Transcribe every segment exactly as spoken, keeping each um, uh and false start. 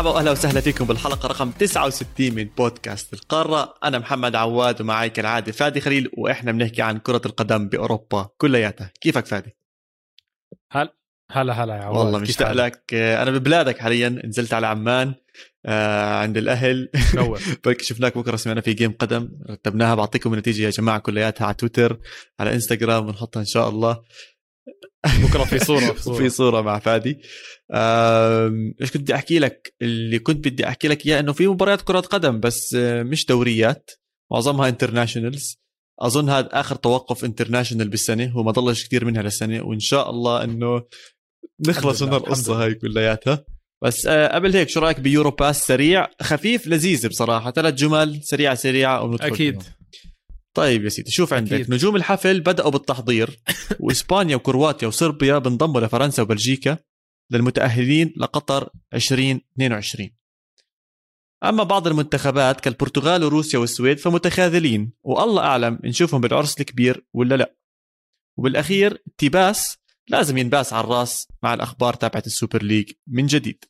مرحبا واهلا وسهلا فيكم بالحلقه رقم تسعة وستين من بودكاست القاره. انا محمد عواد ومعي كالعاده فادي خليل، واحنا بنحكي عن كره القدم باوروبا كلياتها. كيفك فادي؟ هل هلا هلا يا عواد، والله مشتاق لك. انا ببلادك حاليا، نزلت على عمان آه عند الاهل. بركي شفناك بكره، سمعنا في جيم قدم رتبناها، بعطيكم النتيجه يا جماعه كلياتها على تويتر على انستغرام، ونحطها ان شاء الله بكره في صوره في صوره, في صورة مع فادي. ايش كنت بدي احكي لك؟ اللي كنت بدي احكي لك اياه انه في مباريات كرة قدم بس مش دوريات، معظمها انترناشونالز. اظن هذا اخر توقف انترناشونال بالسنة، هو ما ضلش كتير منها للسنة، وان شاء الله انه نخلص من القصة هاي كلياتها. بس قبل هيك شو رايك بيورو باس؟ سريع خفيف لذيذ بصراحة، ثلاث جمل سريعة سريعة وندخل اكيد فيهم. طيب يا سيدي، شوف عندك أكيد. نجوم الحفل بدأوا بالتحضير، وإسبانيا وكرواتيا وصربيا بنضموا لفرنسا وبلجيكا للمتأهلين لقطر عشرين اثنين وعشرين. أما بعض المنتخبات كالبرتغال وروسيا والسويد فمتخاذلين، والله أعلم نشوفهم بالعرس الكبير ولا لا. وبالأخير تيباس لازم ينباس على الراس مع الأخبار تابعة السوبر ليج من جديد.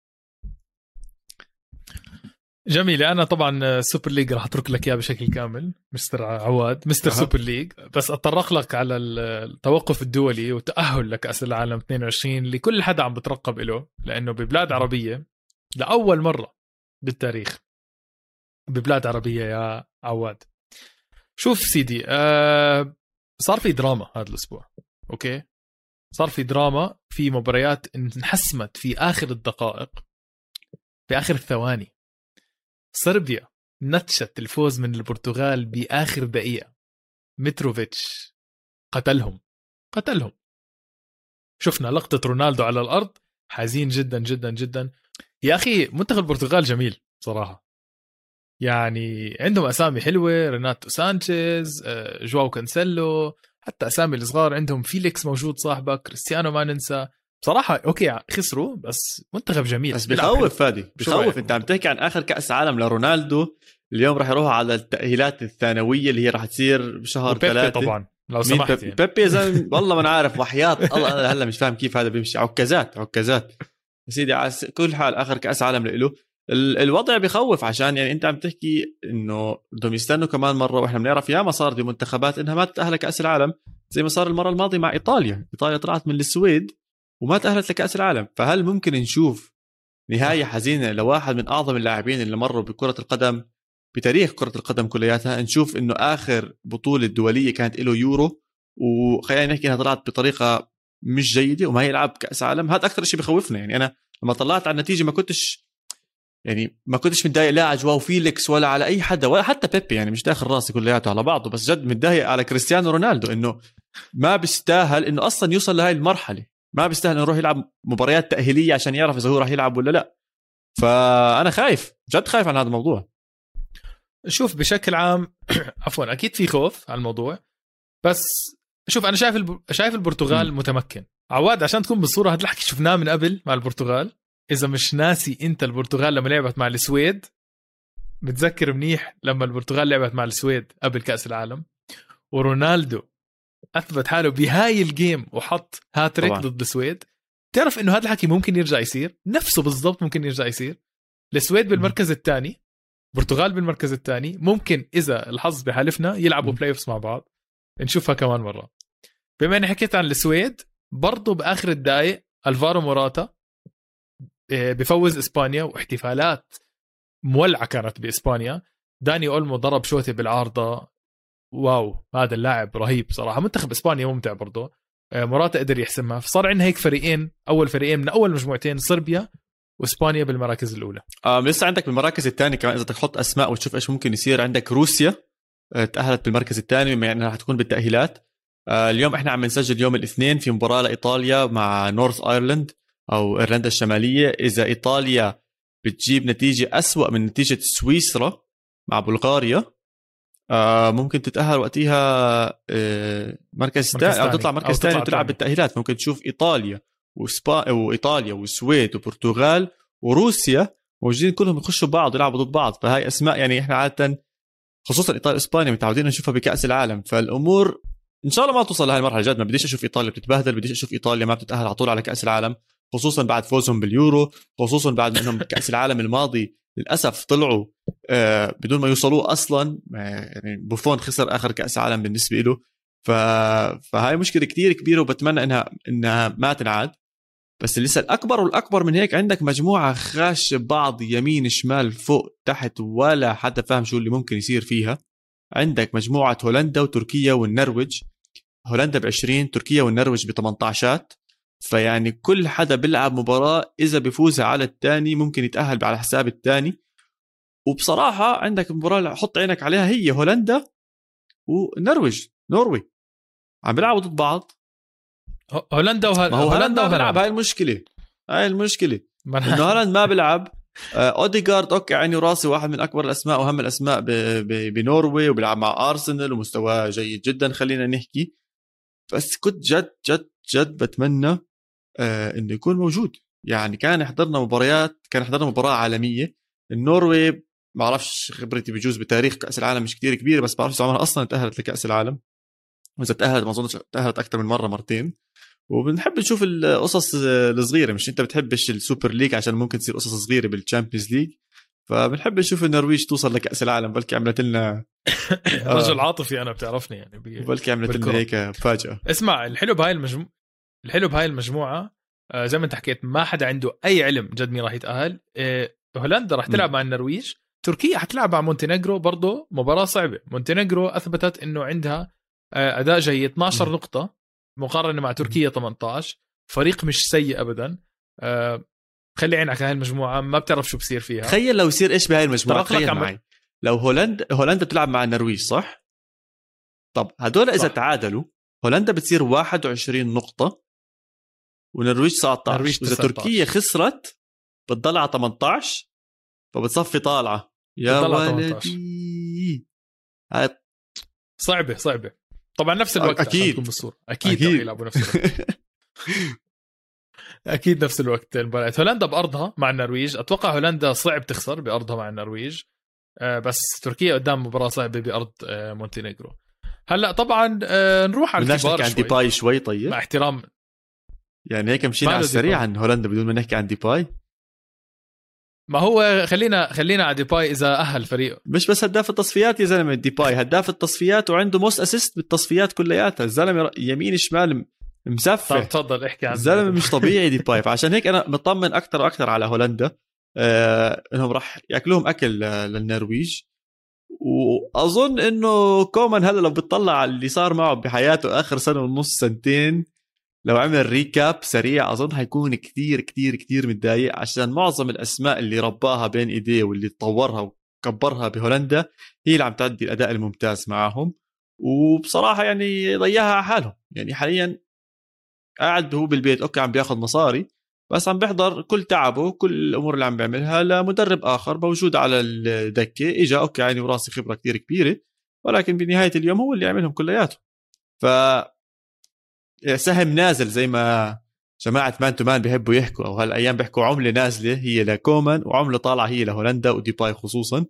جميل. أنا طبعا سوبر ليج راح أترك لك إياه بشكل كامل مستر عواد، مستر أه. سوبر ليج. بس أتطرق لك على التوقف الدولي وتأهل لكأس العالم اثنين وعشرين اللي كل حدا عم بترقب له، لأنه ببلاد عربية لأول مرة بالتاريخ، ببلاد عربية يا عواد. شوف سيدي، آه صار في دراما هذا الأسبوع، أوكي؟ صار في دراما في مباريات انحسمت في آخر الدقائق، في آخر الثواني. صربيا نتشت الفوز من البرتغال بآخر دقيقة، متروفيتش قتلهم قتلهم شفنا لقطة رونالدو على الأرض، حزين جدا جدا جدا. يا أخي منتخب البرتغال جميل صراحة، يعني عندهم أسامي حلوة، ريناتو سانشيز، جواو كانسيلو، حتى أسامي الصغار عندهم، فيليكس موجود صاحبك، كريستيانو ما ننسى. بصراحة أوكي خسروا بس منتخب جميل. بس بخوف فادي، بخوف. أنت عم تحكي عن آخر كأس عالم لرونالدو، اليوم راح يروح على التأهيلات الثانوية اللي هي راح تصير بشهر ثلاثة. طبعا لو سمحت يعني. بيبي يا زلمة والله ما نعرف وحياة الله، هلا مش فاهم كيف هذا بيمشي. عكازات عكازات يا سيدي. على كل حال آخر كأس عالم له الوضع بيخوف، عشان يعني أنت عم تحكي إنه بدهم يستنوا كمان مرة، وإحنا بنعرف يا ما صار دي منتخبات إنها ما تتأهل كأس العالم، زي ما صار المرة الماضية مع إيطاليا. إيطاليا طلعت من السويد وما تأهلت لكأس العالم. فهل ممكن نشوف نهاية حزينة لواحد من أعظم اللاعبين اللي مروا بكرة القدم بتاريخ كرة القدم كلياتها؟ نشوف إنه آخر بطولة دولية كانت له يورو، وخلينا نحكي إنها طلعت بطريقة مش جيدة وما يلعب كأس عالم. هذا أكثر شيء بخوفنا. يعني أنا لما طلعت على النتيجة ما كنتش يعني ما كنتش متضايق لا على جواو فيليكس ولا على أي حدا ولا حتى بيبي، يعني مش داخل راسي كلياته على بعضه، بس جد متضايق على كريستيانو رونالدو، إنه ما بيستاهل إنه أصلا يوصل لهاي المرحلة، ما بيستاهل إنه يروح يلعب مباريات تأهيلية عشان يعرف إذا هو راح يلعب ولا لا. فأنا خايف جد، خايف عن هذا الموضوع. شوف بشكل عام عفوا أكيد في خوف على الموضوع، بس شوف أنا شايف الب... شايف البرتغال م. متمكن. عواد عشان تكون بالصورة هاد الحكي شفناه من قبل مع البرتغال. إذا مش ناسي أنت البرتغال لما لعبت مع السويد، متذكر منيح لما البرتغال لعبت مع السويد قبل كأس العالم، ورونالدو أثبت حاله بهاي الجيم وحط هاتريك ضد السويد. تعرف إنه هذا الحكي ممكن يرجع يصير نفسه بالضبط، ممكن يرجع يصير. السويد بالمركز الثاني، برتغال بالمركز الثاني، ممكن إذا الحظ بحالفنا يلعبوا بلاي اوفز مع بعض. نشوفها كمان مرة. بما أني حكيت عن السويد، برضو بآخر الدقائق الفارو موراتا بفوز إسبانيا، واحتفالات مولعة كانت بإسبانيا. داني أولمو ضرب شوتي بالعارضة، واو هذا اللاعب رهيب صراحة. منتخب إسبانيا ممتع برضو، موراتا قدر يحسمها. فصار عندنا هيك فريقين، أول فريقين من أول مجموعتين، صربيا وإسبانيا بالمراكز الأولى. آه لسه عندك بالمراكز الثانية كمان، إذا تحط أسماء وتشوف إيش ممكن يصير. عندك روسيا تأهلت بالمركز الثاني، يعني راح تكون بالتأهيلات. آه اليوم إحنا عم نسجل يوم الاثنين في مباراة لإيطاليا مع نورث آيرلند أو إيرلندا الشمالية. إذا إيطاليا بتجيب نتيجة أسوأ من نتيجة سويسرا مع بلغاريا، آه ممكن تتأهل وقتها آه مركز ثاني، أو تطلع مركز ثاني وتلعب بالتأهيلات. ممكن تشوف إيطاليا وسبا وإيطاليا والسويد وبرتغال وروسيا موجودين كلهم يخشوا بعض ويلعبوا ضد بعض. فهاي أسماء يعني إحنا عادة خصوصا إيطاليا وإسبانيا متعودين نشوفها بكأس العالم. فالأمور إن شاء الله ما توصل لهي المرحلة. جد ما بديش أشوف إيطاليا بتتبهدل، بديش أشوف إيطاليا ما بتتأهل على طول على كأس العالم، خصوصا بعد فوزهم باليورو، خصوصا بعد ما انهم كأس العالم الماضي للاسف طلعوا آه بدون ما يوصلوا اصلا. يعني بوفون خسر اخر كأس عالم بالنسبه له، ف... فهاي مشكله كتير كبيره وبتمنى انها انها ما تنعاد. بس لسه الاكبر والاكبر من هيك عندك مجموعه خاشه بعض يمين شمال فوق تحت ولا حدا فاهم شو اللي ممكن يصير فيها. عندك مجموعه هولندا وتركيا والنرويج، هولندا بعشرين، تركيا والنرويج بتمنتاشات. فيعني كل حدا بيلعب مباراة إذا بيفوزها على الثاني ممكن يتأهل على حساب الثاني. وبصراحة عندك مباراة حط عينك عليها هي هولندا والنرويج، نروي عم بيلعبوا ضد بعض. هولندا وه... ما هو هولندا ما بيلعب، هاي المشكلة هاي المشكلة إنه هولندا ما بيلعب. أوديغارد أوكي عيني وراسي، واحد من أكبر الأسماء وأهم الأسماء ب... ب... بنوروي وبيلعب مع أرسنال ومستواه جيد جدا خلينا نحكي. بس كنت جد جد جد بتمنى آه انه يكون موجود. يعني كان يحضرنا مباريات، كان يحضرنا مباراة عالمية. النرويج ما بعرفش خبرتي بجوز بتاريخ كأس العالم مش كتير كبيرة، بس بعرفش عمرها اصلا تأهلت لكأس العالم، واذا تأهلت ما اظنش تأهلت اكثر من مرة مرتين. وبنحب نشوف القصص الصغيرة، مش انت بتحبش السوبر ليج عشان ممكن تصير قصص صغيرة بالتشامبيونز ليج، فبنحب نشوف النرويج توصل لكأس العالم. بلكي عملت لنا رجل عاطفي انا بتعرفني يعني بي... بلكي عملت لنا هيك فاجأة. اسمع الحلو بهاي المجموعة، الحلو بهاي المجموعة آه زي ما انت حكيت ما حدا عنده اي علم جد مين راح يتأهل. آه هولندا راح تلعب م. مع النرويج، تركيا حتلعب مع مونتينيغرو برضه مباراة صعبة. مونتينيغرو اثبتت انه عندها آه اداء جيد، اثناشر م. نقطة مقارنة مع تركيا ثمانية عشر، فريق مش سيء ابدا. آه خلي عينك على هاي المجموعة، ما بتعرف شو بصير فيها. تخيل لو يصير ايش بهاي المجموعة، تخيل معي عم... لو هولندا هولندا بتلعب مع النرويج صح؟ طب هدول اذا تعادلوا هولندا بتصير واحد وعشرين نقطة والنرويج تسعة عشر، واذا تركيا خسرت بتضل على ثمانية عشر فبتصفي طالعة. يا ولدي هاي صعبة صعبة طبعا. نفس الوقت اكيد بالصورة اكيد, أكيد. يلعبوا نفس الوقت اكيد نفس الوقت المباريات. هولندا بارضها مع النرويج، اتوقع هولندا صعب تخسر بارضها مع النرويج، بس تركيا قدام مباراة صعبة بارض مونتينيغرو. هلا طبعا نروح على الكبار شوي. عن ديباي شوي طيب مع احترام، يعني هيك مشينا على السريع عن هولندا بدون ما نحكي عن ديباي. ما هو خلينا خلينا على ديباي اذا اهل فريقه. مش بس هداف التصفيات يا زلمه، ديباي هداف التصفيات وعنده موست اسيست بالتصفيات كلياتها. الزلمه يمين شمال مسفه. طب تفضل احكي عن الزلمه مش طبيعي ديباي. فعشان هيك انا مطمن اكثر واكثر على هولندا آه انهم راح ياكلوهم اكل للنرويج. واظن انه كومان هلا لو بتطلع على اللي صار معه بحياته اخر سنه ونص سنتين، لو عمل ريكاب سريع اظن هيكون كتير كتير كتير متضايق، عشان معظم الاسماء اللي رباها بين ايديه واللي طورها وكبرها بهولندا هي اللي عم تأدي الاداء الممتاز معهم. وبصراحه يعني ضيعها على حالهم. يعني حاليا قاعد هو بالبيت اوكي عم بياخذ مصاري، بس عم بيحضر كل تعبه كل الامور اللي عم بيعملها لمدرب اخر موجود على الدكه. اجا اوكي عيني وراسي خبره كتير كبيره، ولكن بنهايه اليوم هو اللي يعملهم كلياته. ف سهم نازل زي ما جماعه مان تو مان بيحبوا يحكوا، او هالايام بيحكوا عمله نازله هي لكومان وعمله طالعه هي لهولندا وديباي خصوصا.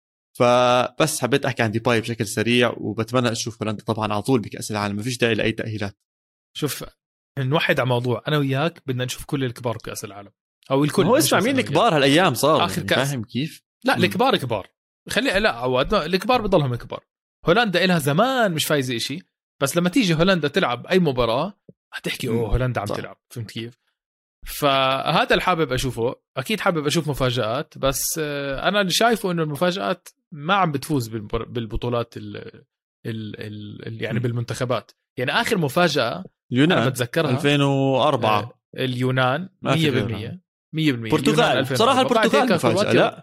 فبس حبيت احكي عن ديباي بشكل سريع، وبتمنى اشوف هولندا طبعا على طول بكاس العالم، ما فيش داعي لاي تاهيلات. شوف نوحد على موضوع، انا وياك بدنا نشوف كل الكبار بكاس العالم، او الكل. هو اسمع مين الكبار هالايام صار اخر كاس، فاهم كيف؟ لا م. الكبار كبار خلي لا عواد الكبار بضلهم كبار. هولندا إلها زمان مش فايزه إشي، بس لما تيجي هولندا تلعب اي مباراه هتحكي اوه هولندا عم صح. تلعب، فهمت كيف؟ فهذا اللي حابب اشوفه. اكيد حابب اشوف مفاجآت، بس انا اللي شايفه انه المفاجآت ما عم بتفوز بالبطولات ال ال ال يعني بالمنتخبات. يعني اخر مفاجأة اليونان بتذكرها ألفين وأربعة اليونان مية بالمية مية بالمية. البرتغال صراحة البرتغال مفاجأة. لا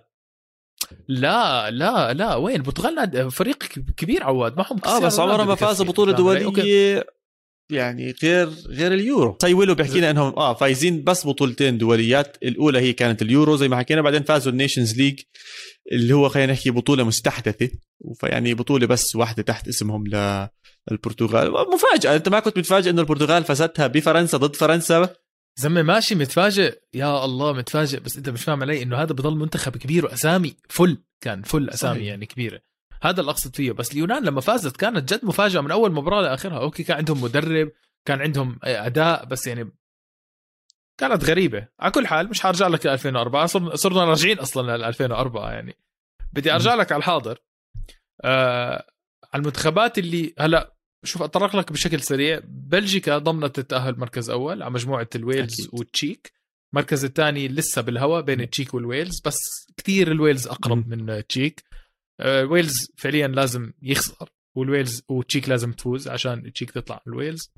لا لا لا وين البرتغال فريق كبير عواد معهم اه بس عمرها ما فاز بطولة دولية يعني غير غير اليورو. سيولو بيحكينا انهم اه فايزين بس بطولتين دوليات، الاولى هي كانت اليورو زي ما حكينا، بعدين فازوا النيشنز ليج اللي هو خلينا نحكي بطولة مستحدثة، فيعني بطولة بس واحدة تحت اسمهم للبرتغال. مفاجأة، انت ما كنت متفاجئ انه البرتغال فازتها بفرنسا ضد فرنسا؟ زمي ماشي متفاجئ يا الله متفاجئ، بس انت مش فاهم علي انه هذا بضل منتخب كبير واسامي فل، كان فل اسامي صحيح. يعني كبيره، هذا اللي اقصد فيه. بس اليونان لما فازت كانت جد مفاجاه من اول مباراه لاخرها. اوكي كان عندهم مدرب، كان عندهم اداء، بس يعني كانت غريبة. على كل حال مش هرجع لك ل ألفين وأربعة، صرنا راجعين أصلا ل ألفين وأربعة، يعني بدي أرجع لك على الحاضر. آه على المنتخبات اللي هلا شوف أطرق لك بشكل سريع. بلجيكا ضمنت التأهل مركز أول على مجموعة الويلز أكيد. والتشيك. المركز الثاني لسه بالهواء بين التشيك والويلز، بس كتير الويلز أقرب من التشيك. آه الويلز فعليا لازم يخسر، والويلز والتشيك لازم تفوز عشان التشيك تطلع من الويلز.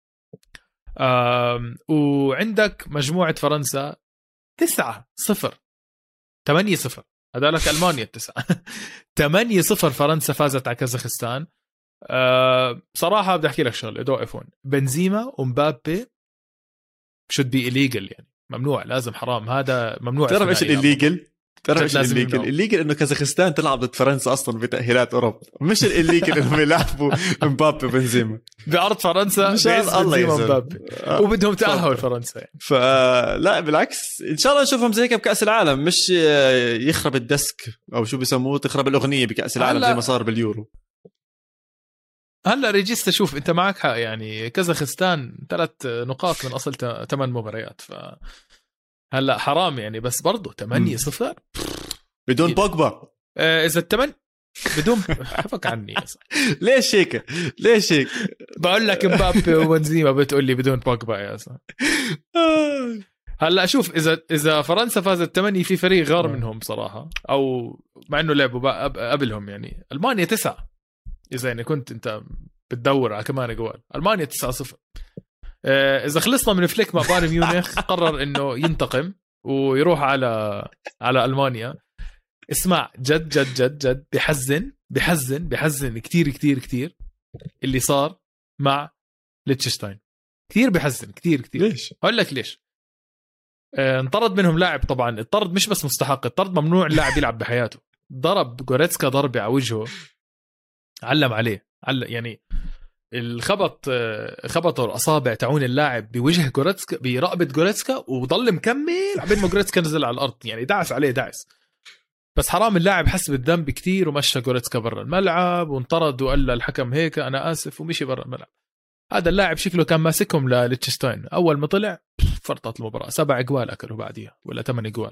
آه وعندك مجموعة فرنسا تسعة صفر ثمانية صفر، هذا لك ألمانيا التسعة ثمانية صفر. فرنسا فازت على كازاخستان. أه صراحة بدي أحكي لك شغل إدو إفون بنزيما ومبابي should be illegal، يعني ممنوع، لازم حرام، هذا ممنوع. تعرف إيش الليجل؟ تعرف إيش الليجل؟ الليجل إنه كازاخستان تلعب ضد فرنسا أصلا بتأهيلات أوروبا، مش الليجل إنهم يلعبوا مبابي وبنزيما بأرض فرنسا بعز بنزيما ومبابي آه. وبدهم تأهل فرنسا يعني. فلا بالعكس، إن شاء الله نشوفهم زي هيك بكأس العالم، مش يخرب الديسك أو شو بيسموه تخرب الأغنية بكأس العالم زي ما صار باليورو. هلا ريجيستا شوف انت معك حق، يعني كازاخستان ثلاث نقاط من اصل ثمان مباريات، ف هلا حرام يعني، بس برضه ثمانية صفر بدون بوجبا. آه اذا الثمن بدون حفك عني ليش هيك؟ ليش هيك؟ بقول لك مبابي وبنزيما بتقول لي بدون بوجبا يا صاحبي. هلا شوف اذا اذا فرنسا فازت ثمانية في فريق غار منهم صراحه، او مع انه لعبوا قبلهم، يعني المانيا تسعة. إذا يعني كنت أنت بتدور على كمان جوال، ألمانيا تسعة صفر. إذا خلصنا من فليك مع بايرن ميونخ قرر إنه ينتقم ويروح على على ألمانيا. اسمع جد جد جد جد بحزن بحزن بحزن كتير كتير كتير اللي صار مع ليتشستاين. كتير بحزن كتير كتير. ليش؟ أقول لك ليش. انطرد منهم لاعب، طبعا الطرد مش بس مستحق، الطرد ممنوع اللاعب يلعب بحياته. ضرب جوريتسكا ضربة على وجهه، علم عليه علم، يعني الخبط خبطوا الأصابع تعون اللاعب بوجه جوريتسكا برقبة جوريتسكا، وضل مكمل عبين ما جوريتسكا نزل على الأرض، يعني دعس عليه دعس. بس حرام اللاعب حس بالذنب كتير ومشى جوريتسكا برا الملعب وانطرد وقال للحكم هيك أنا آسف ومشي برا الملعب. هذا اللاعب شكله كان ماسكهم لليتشستاين، أول ما طلع فرطت المباراة. سبع أجوال أكلوا بعديها ولا ثمان أجوال.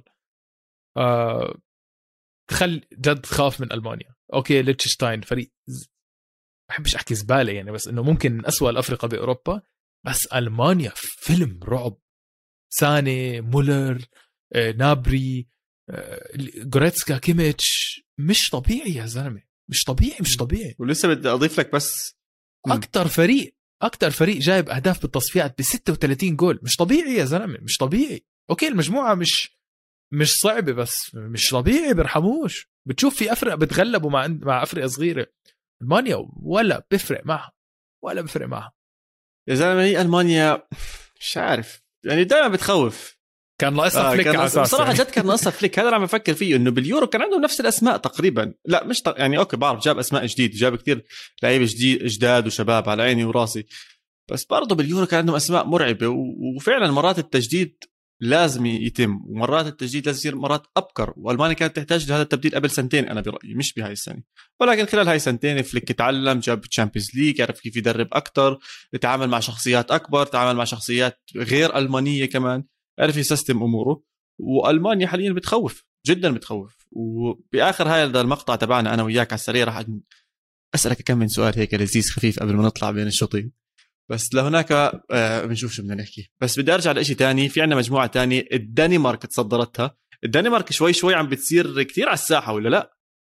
آه تخل جد خاف من ألمانيا. أوكي ليتشستاين فريق ما بحبش أحكي زبالة يعني، بس إنه ممكن أسوأ الأفريقيا بأوروبا، بس ألمانيا فيلم رعب. ساني مولر آه، نابري آه، جوريتسكا كيميتش مش طبيعي يا زلمة، مش طبيعي مش طبيعي. ولسه بدي أضيف لك بس أكتر فريق أكتر فريق جايب أهداف بالتصفيات ب ستة وثلاثين جول، مش طبيعي يا زلمة مش طبيعي. أوكي المجموعة مش مش صعبة بس مش طبيعي، برحموش. بتشوف في أفريقيا بتغلبوا مع مع أفريقيا صغيرة، ألمانيا ولا بيفرق معها ولا بيفرق معها يا زلمة. هي ألمانيا مش عارف يعني دائما بتخوف. كان ناقصها آه فليك على أساس صراحة جد كان ناقصها فليك. هذا اللي عم بفكر فيه، إنه باليورو كان عندهم نفس الأسماء تقريبا. لا مش ط... يعني أوكي بعرف جاب أسماء جديد، جاب كتير لعيبة جديد جداد وشباب على عيني وراسي، بس برضه باليورو كان عندهم أسماء مرعبة. و... وفعلا مرات التجديد لازم يتم، ومرات التجديد لازم يصير مرات أبكر، وألمانيا كانت تحتاج لهذا التبديل قبل سنتين أنا برأيي، مش بهاي السنة. ولكن خلال هاي سنتين فليك تعلم، جاب تشامبيونز ليج، يعرف كيف يدرب أكتر، يتعامل مع شخصيات أكبر، يتعامل مع شخصيات غير ألمانية كمان، عرف يسيستم أموره. وألمانيا حاليا بتخوف جدا بتخوف. وبآخر هاي المقطع تبعنا أنا وياك على السريع راح أسألك كم من سؤال هيك لذيذ خفيف قبل ما نطلع بين الشوطين، بس لهناك آه بنشوف شو بدنا نحكي. بس بدي أرجع لإشي تاني. في عنا مجموعة تانية الدنمارك تصدرتها. الدنمارك شوي شوي عم بتصير كتير على الساحة ولا لا؟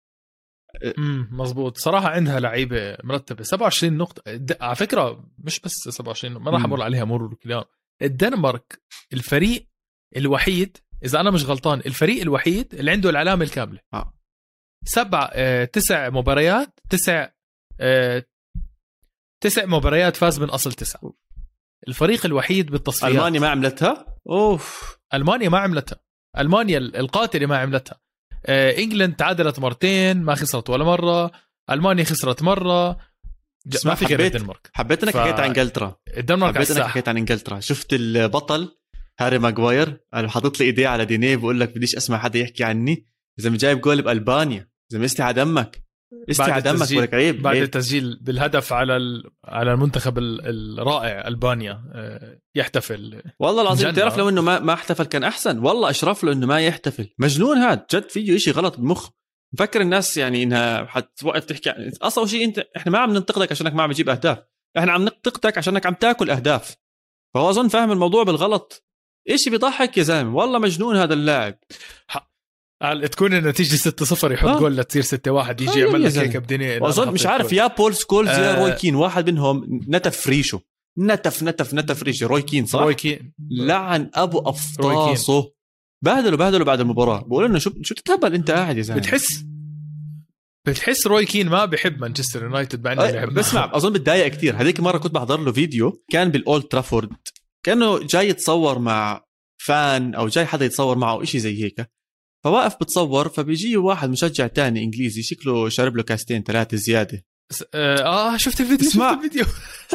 امم مزبوط صراحة عندها لعيبة مرتبة. سبعة وعشرين نقطة على فكرة، مش بس سبعة وعشرين ما راح أمر عليها مرور الكلام. الدنمارك الفريق الوحيد إذا أنا مش غلطان الفريق الوحيد اللي عنده العلامة الكاملة. آه. سبع آه، تسع مباريات تسع آه، تسع مباريات فاز من أصل تسعة. الفريق الوحيد بالتصفيات. ألمانيا ما عملتها. أوف. ألمانيا ما عملتها. ألمانيا القاتلة ما عملتها. آه، إنجلند تعادلت مرتين ما خسرت ولا مرة. ألمانيا خسرت مرة. ما في غير الدنمارك. حبيت انك ف... حكيت عن انجلترا. الدنمارك حبيت انك حكيت عن انجلترا. شفت البطل هاري ماغواير قال حاطط لي ايديه على دينيه بقول لك بديش اسمع حدا يحكي عني اذا جايب جول بالبانيا، اذا مستي على دمك. استعى دمك ولك عيب بعد عيب. التسجيل بالهدف على ال... على المنتخب الرائع ألبانيا يحتفل. والله العظيم تعرف لو انه ما ما احتفل كان احسن. والله اشرف له انه ما يحتفل. مجنون هاد جد، فيه إشي غلط بالمخ. مفكر الناس يعني انها حتوقف تحكي عن... اصلا شيء انت احنا ما عم ننتقدك عشانك ما عم تجيب اهداف، احنا عم ننتقدك عشانك عم تاكل اهداف. فهو اظن فاهم الموضوع بالغلط. إشي بيضحك يا زلمه، والله مجنون هذا اللاعب. قال تكون النتيجة ستة صفر يحط آه. جول لتصير ستة واحد يجي يعمل لك هيك بدنيا. واظن مش عارف يا بول سكولز آه. يا روي كين، واحد منهم نتف ريشه نتف نتف نتف ريشه. روي كين صح؟ روي كين لعن ابو افطاسه، بهدلوا بهدلوا بعد المباراه. بقول انه شو شو تتهبل انت قاعد يا زلمه. بتحس بتحس روي كين ما بيحب مانشستر يونايتد بعد ما لعب. بسمع اظن بتضايق كتير. هذيك مره كنت بحضر له فيديو كان بالاولد ترافورد، كانه جاي يتصور مع فان او جاي حدا يتصور معه إشي زي هيك، فواقف بتصور، فبيجي واحد مشجع تاني انجليزي شكله شارب له كاستين ثلاثه زياده. اه شفت الفيديو اسمع. شفت الفيديو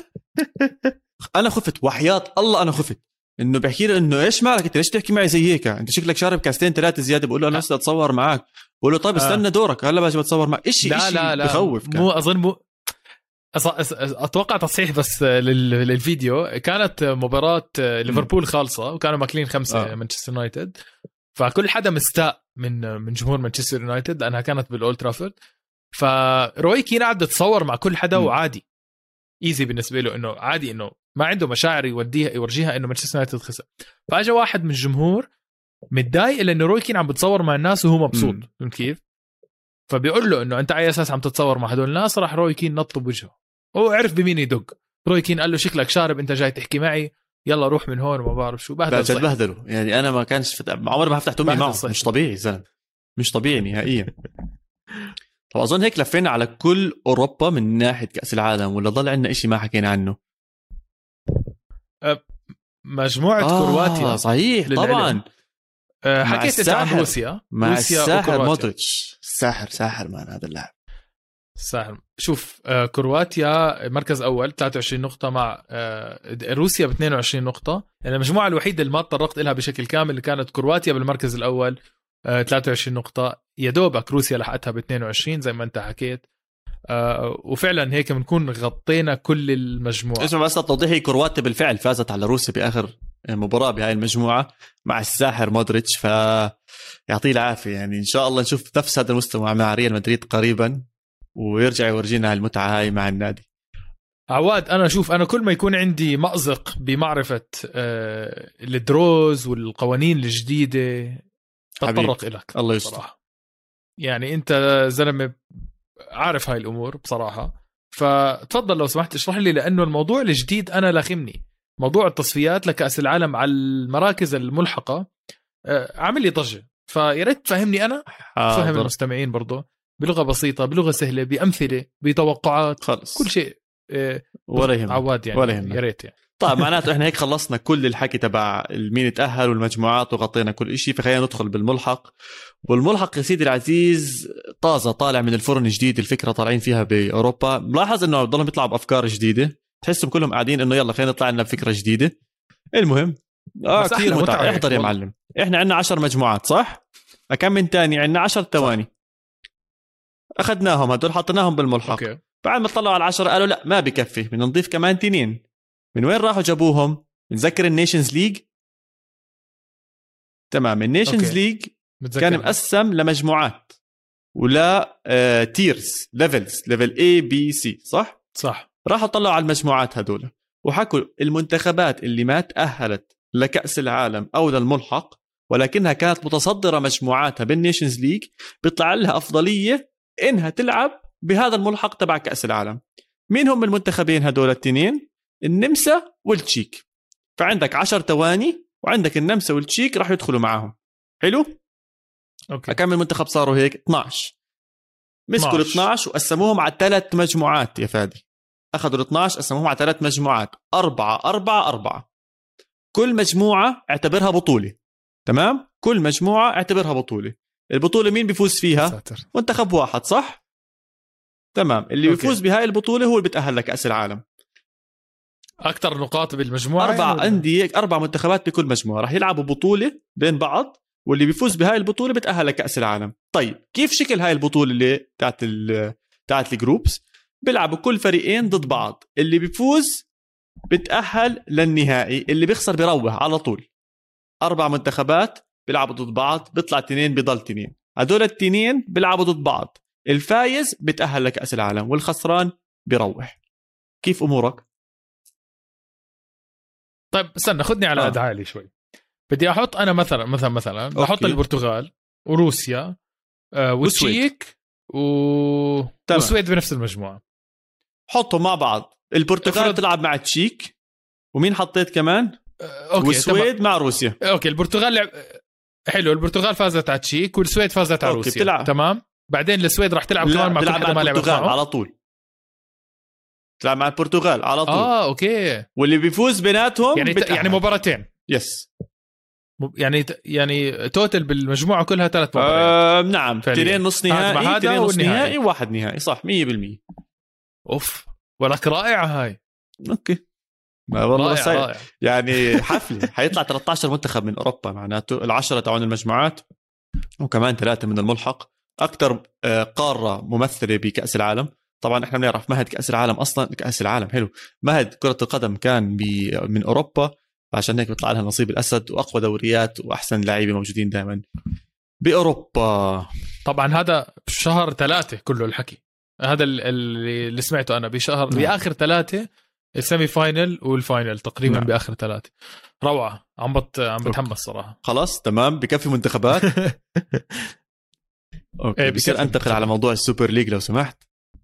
انا خفت وحياة الله، انا خفت انه بحكي له انه ايش مالك انت، ليش تحكي معي زي هيك، انت شكلك شارب كاستين ثلاثه زياده. بقول له انا هسه اتصور معك. بقول له طيب استنى آه. دورك هلا باجي بتصور معك. ايش لا لا لا بخوف كان. مو اظن مو اتوقع تصحيح بس للفيديو. كانت مباراة ليفربول خالصة وكانوا ماكلين خمسة آه. مانشستر يونايتد، فكل حدا مستاء من من جمهور مانشستر يونايتد لانها كانت بالاولد ترافورد. فروي كين قاعد يتصور مع كل حدا وعادي ايزي بالنسبه له، انه عادي انه ما عنده مشاعر يوديها يورجيها انه مانشستر يونايتد خسر. فاجا واحد من الجمهور متضايق لانه روي كين عم بتصور مع الناس وهو مبسوط، فهمت كيف؟ فبيقول له انه انت على اساس عم تتصور مع هدول الناس. راح روي كين نط بوجهه، هو عرف بمين يدق. روي كين قال له شكلك شارب، انت جاي تحكي معي، يلا روح من هون وما بعرف شو. بهدل جد بهدلوا يعني. انا ما كانش فت... عمري ما فتحت امي معه. مش طبيعي زلمه، مش طبيعي نهائيا. طب اظن هيك لفينا على كل اوروبا من ناحيه كاس العالم، ولا ضل عندنا إشي ما حكينا عنه؟ مجموعه آه كرواتيا صحيح طبعا. أه حكيت عن روسيا مع روسيا الساحر مودريتش. ساحر ساحر مان هذا اللاعب ساحر. شوف آه كرواتيا مركز اول ثلاثة وعشرين نقطه، مع آه روسيا ب اثنين وعشرين نقطه. يعني المجموعه الوحيده اللي ما تطرقت لها بشكل كامل اللي كانت كرواتيا بالمركز الاول آه ثلاثة وعشرين نقطه. يا دوبك روسيا لحقتها ب اثنين وعشرين زي ما انت حكيت. آه وفعلا هيك بنكون غطينا كل المجموعه. اسمع بس التوضيح، هي كرواتيا بالفعل فازت على روسيا باخر مباراه بهاي المجموعه مع الساحر مودريتش، فيعطيه العافيه. يعني ان شاء الله نشوف نفس هذا المستوى مع ريال مدريد قريبا، ويرجع يورجينا المتعه هاي مع النادي. عواد انا شوف، انا كل ما يكون عندي مأزق بمعرفه آه الدروز والقوانين الجديده بتطرق لك. الله يستر. يعني انت زلمه عارف هاي الامور بصراحه، فتفضل لو سمحت اشرح لي، لانه الموضوع الجديد انا لاخمني. موضوع التصفيات لكأس العالم على المراكز الملحقه آه عامل لي ضجه، فيا ريت تفهمني انا فهم المستمعين برضه بلغه بسيطه، بلغه سهله، بامثله، بتوقعات، خلص كل شيء آه ولا يهم عواد يعني ولا يهم. يا ريت يعني. طيب معناته احنا هيك خلصنا كل الحكي تبع مين تأهل والمجموعات وغطينا كل إشي، فخلينا ندخل بالملحق. والملحق يا سيدي العزيز طازة طالع من الفرن جديد، الفكرة طالعين فيها بأوروبا. ملاحظ انه ضلهم يطلعوا بأفكار جديدة، تحسهم كلهم قاعدين انه يلا خلينا نطلع لنا بفكرة جديدة. المهم اه كثير متعة. احضر يا معلم، احنا عندنا عشر مجموعات صح؟ كم من تاني عندنا عشر ثواني اخذناهم هدول حطيناهم بالملحق. أوكي. بعد ما طلعوا على العشرة قالوا لا ما بكفي، بدنا نضيف كمان تنين. من وين راحوا جابوهم؟ نذكر النيشنز ليج. تمام، النيشنز ليج كان مقسم لمجموعات ولا آه تيرز، ليفلز، ليفل A B C صح؟ صح. راحوا طلعوا على المجموعات هدول وحكوا المنتخبات اللي ما تأهلت لكأس العالم أو للملحق ولكنها كانت متصدرة مجموعاتها بالنيشنز ليج بيطلع لها أفضلية إنها تلعب بهذا الملحق تبع كأس العالم. مين هم المنتخبين هدول التنين؟ النمسا والتشيك. فعندك عشر ثواني وعندك النمسا والتشيك راح يدخلوا معاهم. حلو؟ أوكي. كم المنتخب صاروا هيك؟ اثناشر. مسكوا ال اثناشر وقسموهم على ثلاث مجموعات يا فادي. أخذوا ال اثناشر قسموهم على ثلاث مجموعات، أربعة أربعة أربعة. كل مجموعة اعتبرها بطولة. تمام؟ كل مجموعة اعتبرها بطولة. البطولة مين بيفوز فيها؟ ساتر. منتخب واحد صح؟ تمام، اللي أوكي. بيفوز بهاي البطولة هو اللي بيتأهل لكأس العالم. أكتر نقاط بالمجموعة أربع يعني عندي أربع منتخبات بكل مجموعة راح يلعبوا بطولة بين بعض، واللي بيفوز بهاي البطولة بيتأهل لكأس العالم. طيب كيف شكل هاي البطولة اللي تاعت تاعت الجروبس بيلعبوا كل فريقين ضد بعض، اللي بيفوز بتأهل للنهائي، اللي بيخسر بيروح على طول. أربع منتخبات بيلعبوا ضد بعض، بيطلع تنين بيضل تنين، هدول التنين بيلعبوا ضد بعض، الفايز بتأهل لكأس العالم والخسران بيروح. كيف أمورك؟ طيب استنى خدني على قد عالي شوي. بدي أحط أنا مثلا مثلا مثلا بحط البرتغال وروسيا آه والتشيك و... والسويد بنفس المجموعة، حطهم مع بعض. البرتغال افرض... تلعب مع التشيك، ومين حطيت كمان؟ أوكي. والسويد تمام. مع روسيا. اوكي البرتغال لعب... حلو، البرتغال فازت على التشيك والسويد فازت على روسيا. بتلعب. تمام. بعدين السويد راح تلعب كمان مع كل مع البرتغال على طول، تلعب مع البرتغال على طول. اه اوكي. واللي بيفوز بيناتهم يعني بتأهل. يعني مباراتين. يس يعني يعني توتل بالمجموعه كلها ثلاث مباريات. آه نعم، تنين نص نهائي، تنين نص نهائي وواحد نهائي، صح مية بالمية. اوف ولك رائعه هاي. اوكي ما والله رائع رائع. يعني حفله حيطلع ثلاثة عشر منتخب من اوروبا، معناته العشرة تاعون المجموعات وكمان ثلاثه من الملحق. اكثر قاره ممثله بكاس العالم. طبعا احنا بنعرف مهد كاس العالم اصلا، كاس العالم حلو، مهد كره القدم كان من اوروبا، عشان هيك بيطلع لها نصيب الاسد، واقوى دوريات واحسن لاعبين موجودين دائما باوروبا. طبعا هذا شهر ثلاثة كله الحكي هذا اللي, اللي سمعته انا بشهر نعم. باخر ثلاثة السيمي فاينل والفاينل تقريبا نعم. باخر ثلاثة. روعه، عم بت عم بتحمس صراحه. خلاص تمام، بكفي منتخبات. اوكي إيه بصير انتقل على موضوع السوبر ليج لو سمحت.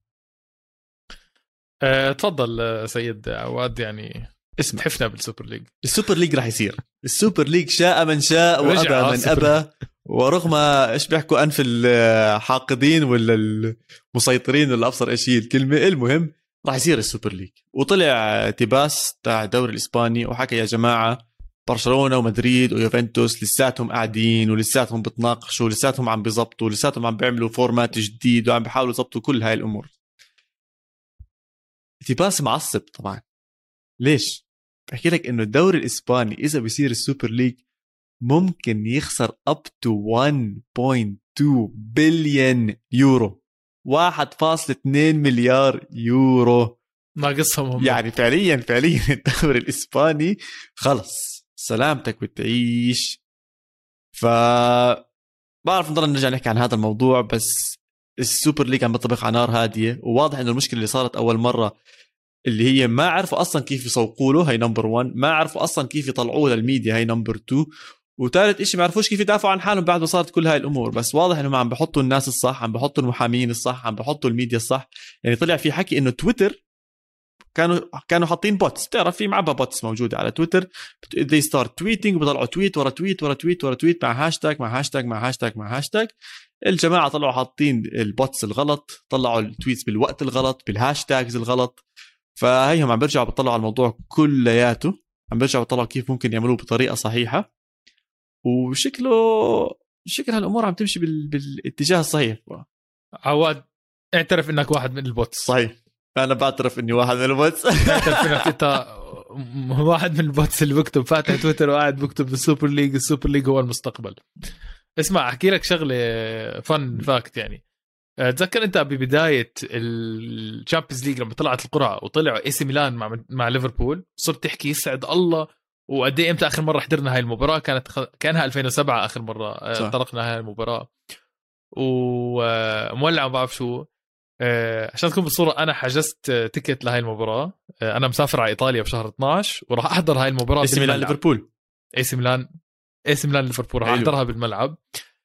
أه، تفضل سيد عواد. يعني اسم حفنا بالسوبر ليج. السوبر ليج راح يصير السوبر ليج، شاء من شاء وأبى من أبى، ورغم ايش بيحكوا أنف الحاقدين ولا المسيطرين ولا أبصر ايش هي الكلمة، المهم راح يصير السوبر ليج. وطلع تيباس تاع الدوري الإسباني وحكى يا جماعة برشلونة ومدريد ويوفنتوس لساتهم قاعدين ولساتهم بتناقشوا ولساتهم عم بيزبطوا ولساتهم عم بيعملوا فورمات جديد وعم بيحاولوا يزبطوا كل هاي الأمور. تيباس معصب طبعا. ليش؟ بحكي لك انه الدوري الاسباني اذا بيصير السوبر ليج ممكن يخسر up to one point two بليون يورو، واحد فاصلة اثنين مليار يورو ناقصهم هم. يعني فعليا فعليا الدوري الاسباني خلص سلامتك بتعيش. ف بعرف نضل نرجع نحكي عن هذا الموضوع، بس السوبر ليج عم بطبخ على نار هاديه، وواضح انه المشكله اللي صارت اول مره اللي هي ما عرفوا اصلا كيف يسوقوا له، هي نمبر واحد، ما عرفوا اصلا كيف يطلعوه للميديا، هي نمبر اثنين، وثالث إشي ما عرفوش كيف يدافعوا عن حالهم بعد ما صارت كل هاي الامور. بس واضح انهم عم بحطوا الناس الصح، عم بحطوا المحامين الصح، عم بحطوا الميديا الصح. يعني طلع في حكي انه تويتر كانوا كانوا حاطين بوتس، بتعرف في معبى بوتس موجوده على تويتر، they start tweeting وبيطلعوا تويت ورا تويت ورا تويت ورا تويت مع هاشتاج مع هاشتاج مع هاشتاج مع هاشتاج. الجماعه طلعوا حاطين البوتس الغلط، طلعوا التويتس بالوقت الغلط بالهاشتاجز الغلط، فهيهم عم بيرجعوا بيطلعوا على الموضوع كلياته، عم بيرجعوا بيطلعوا كيف ممكن يعملوه بطريقه صحيحه، وشكله شكل هالامور عم تمشي بال... بالاتجاه الصحيح. عواد اعترف انك واحد من البوتس. صحيح، انا بعترف اني واحد من البوتس. اعترف انك انت واحد من البوتس اللي بكتب فاتح تويتر وقاعد بكتب السوبر ليج السوبر ليج هو المستقبل. اسمع احكي لك شغله فن فاكت. يعني تذكر انت ببدايه الشامبيونز ليج لما طلعت القرعه وطلعوا اي سي ميلان مع مع ليفربول، صرت تحكي يسعد الله وقد ايه امتى اخر مره حضرنا هاي المباراه، كانت خ... كانها ألفين وسبعة اخر مره صح. طرقنا هاي المباراه ومولع ما بعرف شو. عشان تكون بالصوره انا حجزت تيكت لهاي المباراه، انا مسافر على ايطاليا بشهر اثناشر وراح احضر هاي المباراه. اي سي ميلان ليفربول، اي سي ميلان اي سي ميلان ليفربول راح احضرها بالملعب.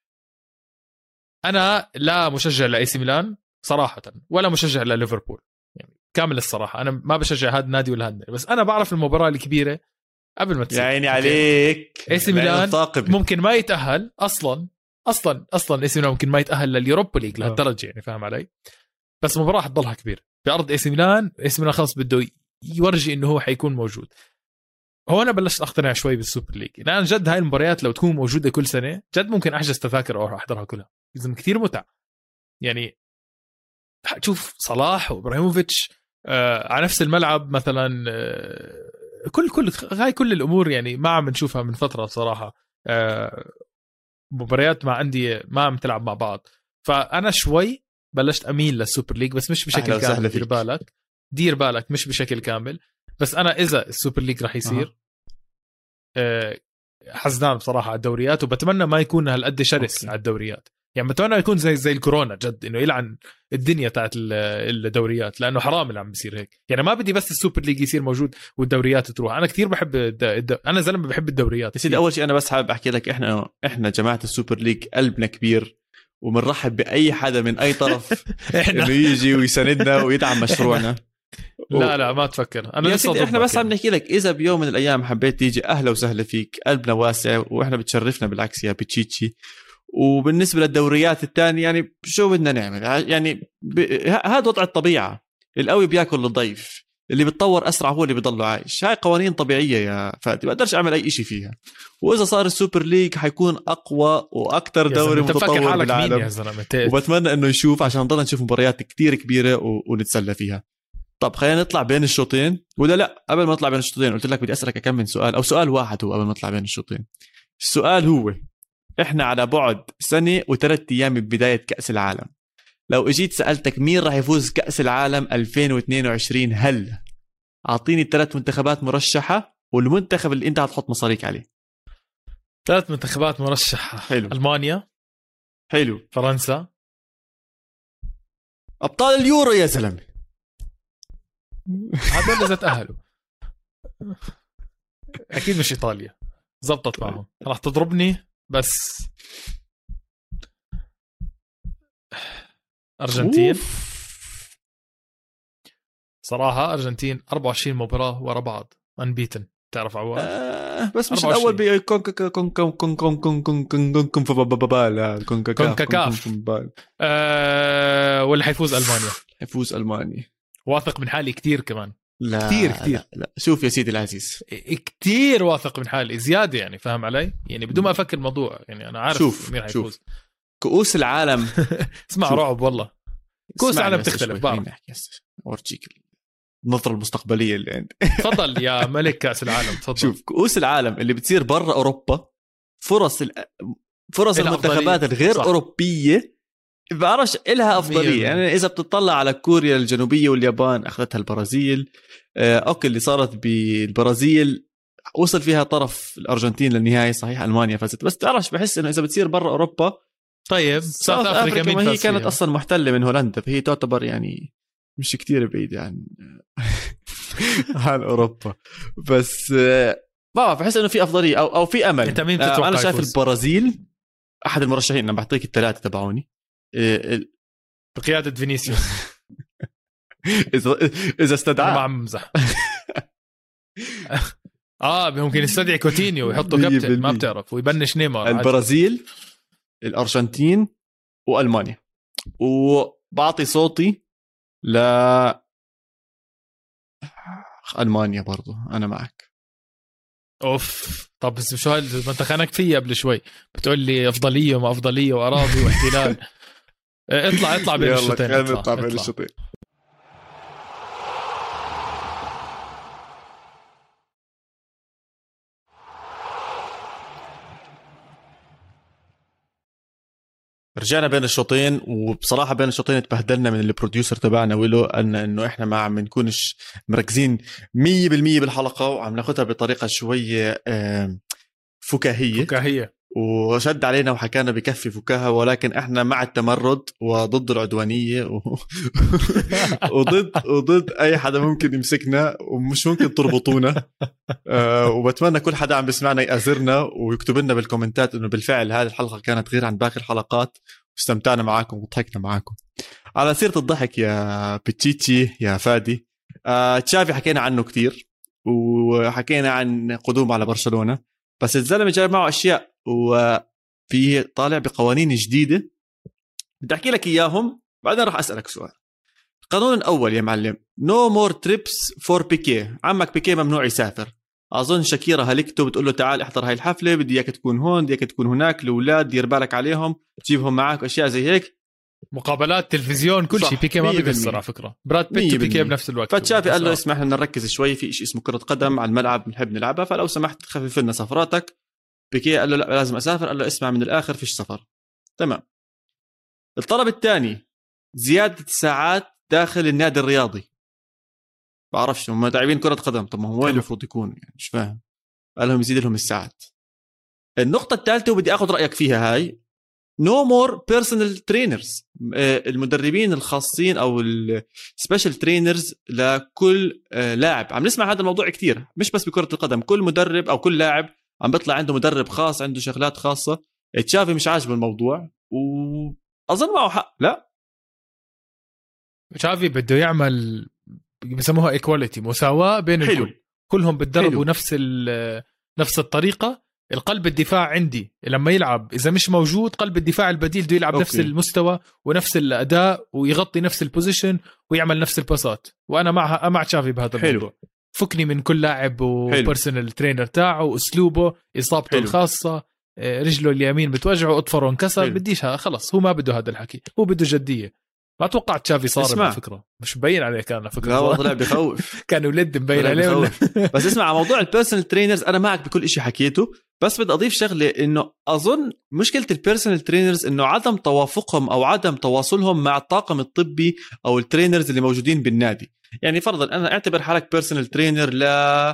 انا لا مشجع لاي سي ميلان صراحه ولا مشجع لليفربول، يعني كامل الصراحه انا ما بشجع هذا النادي ولا هذا، بس انا بعرف المباراه الكبيره قبل ما تصير. يا عيني عليك. اي سي ميلان ممكن ما يتاهل اصلا اصلا اصلا اي سي ميلان ممكن ما يتاهل لليوروبا ليج لهالدرجه، يعني فاهم علي؟ بس المباراه حتضلها كبير بارض اي سي ميلان. اي سي ميلان خلص بده يورجي انه هو حيكون موجود. هو انا بلشت اقتنع شوي بالسوبر ليج، لان جد هاي المباريات لو تكون موجوده كل سنه جد ممكن احجز تذاكر او احضرها كلها، لازم كثير متعه. يعني تشوف صلاح وابراهيموفيتش آه على نفس الملعب مثلا، آه كل كل هاي كل الامور يعني ما عم نشوفها من فتره صراحه. آه مباريات مع انديه ما عم تلعب مع بعض، فانا شوي بلشت اميل للسوبر ليج بس مش بشكل كامل. دير بالك دير بالك مش بشكل كامل. بس انا اذا السوبر ليج راح يصير أه. حزنان بصراحه على الدوريات وبتمنى ما يكون هالقد شرس أوكي. على الدوريات يعني بتمنى يكون زي زي الكورونا جد انه يلعن الدنيا تاعت الدوريات لانه حرام اللي عم بيصير هيك. يعني ما بدي بس السوبر ليج يصير موجود والدوريات تروح. انا كثير بحب الد... الد... انا زلمه بحب الدوريات. سيدي اول شيء انا بس حابب احكي لك احنا احنا جماعه السوبر ليج قلبنا كبير وبنرحب باي حدا من اي طرف انه يجي ويساندنا ويدعم مشروعنا. لا لا ما تفكر انا لسه احنا بس عم نحكي لك اذا بيوم من الايام حبيت تيجي اهلا وسهلا فيك قلبنا واسع واحنا بتشرفنا بالعكس يا بتشيتشي. وبالنسبه للدوريات الثانيه يعني شو بدنا نعمل يعني ب... هذا وضع الطبيعه. القوي بياكل الضيف اللي بتطور اسرع هو اللي بيضل عايش. هاي قوانين طبيعيه يا فادي ما بقدرش اعمل اي شيء فيها. واذا صار السوبر ليج حيكون اقوى واكثر دوري متطور بالعالم وبتمنى انه يشوف عشان نضل نشوف مباريات كتير كبيره و... ونتسلى فيها. طب خلينا نطلع بين الشوطين ولا لا؟ قبل ما نطلع بين الشوطين قلت لك بدي اسالك كم من سؤال او سؤال واحد هو قبل ما نطلع بين الشوطين. السؤال هو احنا على بعد سنه وثلاث ايام من بدايه كاس العالم. لو اجيت سالتك مين راح يفوز كاس العالم ألفين واثنين وعشرين هل اعطيني ثلاث منتخبات مرشحه والمنتخب اللي انت هتحط مصاريك عليه. ثلاث منتخبات مرشحه. حلو. المانيا. حلو. فرنسا. ابطال اليورو يا زلمه. هذول اذا تاهلوا اكيد مش ايطاليا زبطت معهم. راح تضربني بس ارجنتين. أوف. صراحه ارجنتين أربعة وعشرين مباراه ورا بعض انبيتن. تعرف عواد آه بس مش الاول بكون كون كون كون كون كون كون كون كون كون فبابال كون كاكاف ولا حيفوز المانيا. حيفوز المانيا. واثق من حالي كتير كمان. لا كتير كتير لا, لا. شوف يا سيدي العزيز كتير واثق من حالي زيادة يعني فاهم علي يعني بدون ما أفكر الموضوع يعني أنا عارف شوف مين حيفوز. كؤوس العالم اسمع شوف. رعب والله كؤوس العالم تختلف بعرف. أورجيك النظرة المستقبلية اللي عندي. تفضل يا ملك كأس العالم تفضل. شوف كؤوس العالم اللي بتصير برا أوروبا فرص ال... فرص المنتخبات الغير صح. أوروبية بعرفش إلها أفضلية يعني. إذا بتطلع على كوريا الجنوبية واليابان أخذتها البرازيل. آه، أوكي اللي صارت بالبرازيل وصل فيها طرف الأرجنتين للنهاية صحيح ألمانيا فازت. بس تعرفش بحس إنه إذا بتصير برا أوروبا طيب ساوث أفريقيا ما هي كانت فيها. أصلا محتلة من هولندا فهي تعتبر يعني مش كتير بعيد عن عن أوروبا. بس آه، ما بحس إنه في أفضلية أو أو في أمل. أنت مين آه، أنا شايف يفوز؟ البرازيل أحد المرشحين. أنا بعطيك الثلاثة تبعوني بقيادة فينيسيوس. إذا إذا استدعى. ما عم مزح. آه ممكن يستدعي كوتينيو ويحطه كابتن ما بتعرف ويبنش نيمار. البرازيل الأرجنتين وألمانيا وبعطي صوتي ل ألمانيا برضو. أنا معك. أوف طب بس شو هال ما أنت خانقت فيا قبل شوي بتقول لي أفضلية وما أفضلية وأراضي واحتلال. اطلع اطلع بين الشوطين. يلا اطلع بين الشوطين. رجعنا بين الشوطين وبصراحة بين الشوطين تبهدلنا من البروديوسر تبعنا ويلو أن إنه إحنا ما عم نكونش مركزين مية بالمية بالحلقة وعم ناخدها بطريقة شوية فكاهية فكاهية وشد علينا وحكانا بكفي فكاهة ولكن احنا مع التمرد وضد العدوانية و... وضد وضد اي حدا ممكن يمسكنا ومش ممكن تربطونا. أه وبتمنى كل حدا عم بسمعنا يأذرنا ويكتب لنا بالكومنتات انه بالفعل هذه الحلقة كانت غير عن باقي الحلقات واستمتعنا معاكم وضحكنا معاكم. على سيرة الضحك يا بتشيتشي يا فادي، أه تشافي حكينا عنه كتير وحكينا عن قدوم على برشلونة بس الزلمة جاي معه أشياء وفيه طالع بقوانين جديدة بدي أحكي لك إياهم بعدين راح أسألك سؤال. القانون الأول يا معلم no more trips for بيكيه. عمك بيكيه ممنوع يسافر. أظن شاكيرا هلكته بتقول له تعال احضر هاي الحفلة بدي إياك تكون هون بدي إياك تكون هناك الأولاد دير بالك عليهم تجيبهم معاك أشياء زي هيك مقابلات تلفزيون كل شيء. بيكيه ما بيقصر على فكرة. براد بيت وبيكيه بنفس الوقت. فتشافي قال له اسمح لنا نركز شوي في شيء اسمه كرة قدم على الملعب بنحب نلعبها فلو سمحت خفف لنا سفراتك. بيكيه قال له لا لازم أسافر. قال له اسمع من الآخر فيش سفر. تمام. الطلب الثاني زياده الساعات داخل النادي الرياضي. بعرفش هم لاعبين كره قدم، طب ما هو وين المفروض يكون يعني مش فاهم. قال لهم يزيد لهم الساعات. النقطه الثالثه وبدي اخذ رايك فيها هاي، no more personal trainers، المدربين الخاصين او السبيشال ترينرز لكل لاعب. عم نسمع هذا الموضوع كتير، مش بس بكرة القدم، كل مدرب او كل لاعب عم بيطلع عنده مدرب خاص، عنده شغلات خاصة. تشافي مش عاجبه الموضوع واظن معه حق. لا تشافي بده يعمل بسموها ايكواليتي، مساواة بين حلو. الكل، كلهم بتدربوا نفس نفس الطريقة. القلب الدفاع عندي لما يلعب إذا مش موجود قلب الدفاع البديل بده يلعب أوكي. نفس المستوى ونفس الأداء ويغطي نفس البوزيشن ويعمل نفس الباسات. وأنا معها مع تشافي بهذا حلو. الموضوع. فكني من كل لاعب وبرسونال ترينر تاعه وأسلوبه، إصابته حلو. الخاصة، رجله اليمين بتوجعه، أطفره انكسر، بديش خلص. هو ما بده هذا الحكي، هو بده جدية. ما توقع تشافي صار على فكرة، مش مبين عليه كان فكرة. لا هو طلع بخوف كان ولد مبين عليه. بس اسمع على موضوع البيرسونال ترينرز، أنا معك بكل إشي حكيته، بس بدي أضيف شغلة إنه أظن مشكلة البيرسونال ترينرز إنه عدم توافقهم أو عدم تواصلهم مع الطاقم الطبي أو الترينرز اللي موجودين بالنادي. يعني فرضا أنا أعتبر حالك بيرسونال ترينر ل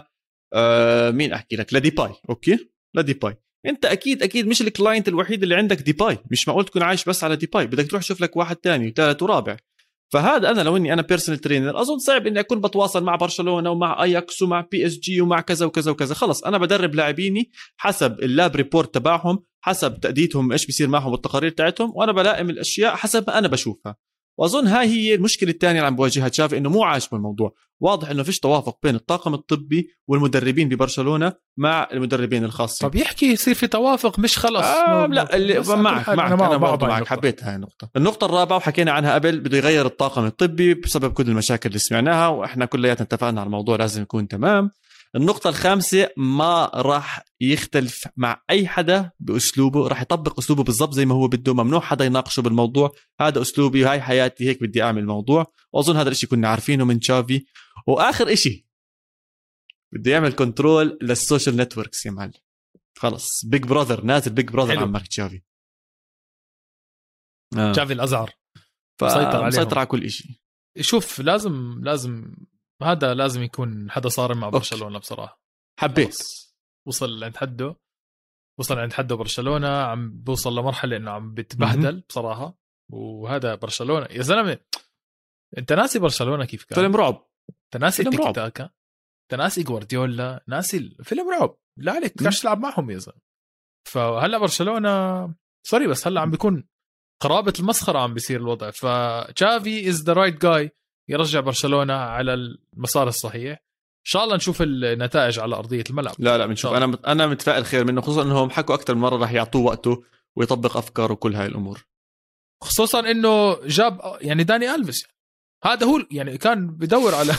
آه مين أحكي لك لديباي، أوكي لديباي. انت اكيد اكيد مش الكلاينت الوحيد اللي عندك ديباي، مش معقول تكون عايش بس على ديباي، بدك تروح تشوف لك واحد تاني وثالث ورابع. فهذا انا لو اني انا بيرسونال ترينر اظن صعب اني اكون بتواصل مع برشلونه ومع اياكس ومع بي اس جي ومع كذا وكذا وكذا. خلص انا بدرب لاعبيني حسب اللاب ريبورت تبعهم، حسب تأديتهم ايش بيصير معهم والتقارير تاعتهم، وانا بلائم الاشياء حسب ما انا بشوفها. واظن هاي هي المشكله الثانيه اللي عم بواجهها تشافي، انه مو عاجبه الموضوع. واضح انه فيش توافق بين الطاقم الطبي والمدربين ببرشلونه مع المدربين الخاصين. طب يحكي يصير في توافق، مش خلص آه لا اللي معك معك انا, أنا برضو معك. حبيت هاي النقطه. النقطه الرابعه وحكينا عنها قبل، بده يغير الطاقم الطبي بسبب كل المشاكل اللي سمعناها، واحنا كلياتنا اتفقنا على الموضوع لازم يكون تمام. النقطة الخامسة، ما راح يختلف مع أي حدا بأسلوبه، راح يطبق أسلوبه بالضبط زي ما هو بده، ممنوع حدا يناقشه بالموضوع. هذا أسلوبي وهاي حياتي، هيك بدي أعمل الموضوع. وأظن هذا الاشي كنا عارفينه من تشافي. وآخر اشي بده يعمل كنترول للسوشيال نتوركس يا معلم. خلص بيج براذر نازل، بيج براذر عمك تشافي. آه. تشافي الأزعر مسيطر عليه، مسيطر على كل اشي. شوف لازم لازم هذا لازم يكون حدا صارم مع برشلونة بصراحة. حبيت وصل عند حده، وصل عند حده برشلونة، عم بوصل لمرحلة إنه عم بتبهدل بصراحة. وهذا برشلونة يا زلمة، أنت ناسي برشلونة كيف كان؟ فيلم رعب. أنت ناسي تيك تاكا، أنت ناسي غوارديولا، ناسي فيلم رعب. لا عليك كاش تلعب معهم يا زلمة. فهلا برشلونة سوري بس هلا عم بيكون قرابة المسخرة عم بيصير الوضع. فتشافي is the right guy يرجع برشلونة على المسار الصحيح. إن شاء الله نشوف النتائج على أرضية الملعب. لا لا بنشوف. أنا أنا متفائل خير منه، خصوصا إنهم حكوا أكتر من مرة راح يعطوه وقته ويطبق أفكاره وكل هاي الأمور. خصوصا إنه جاب يعني داني ألفيس، هذا هو يعني كان بدور على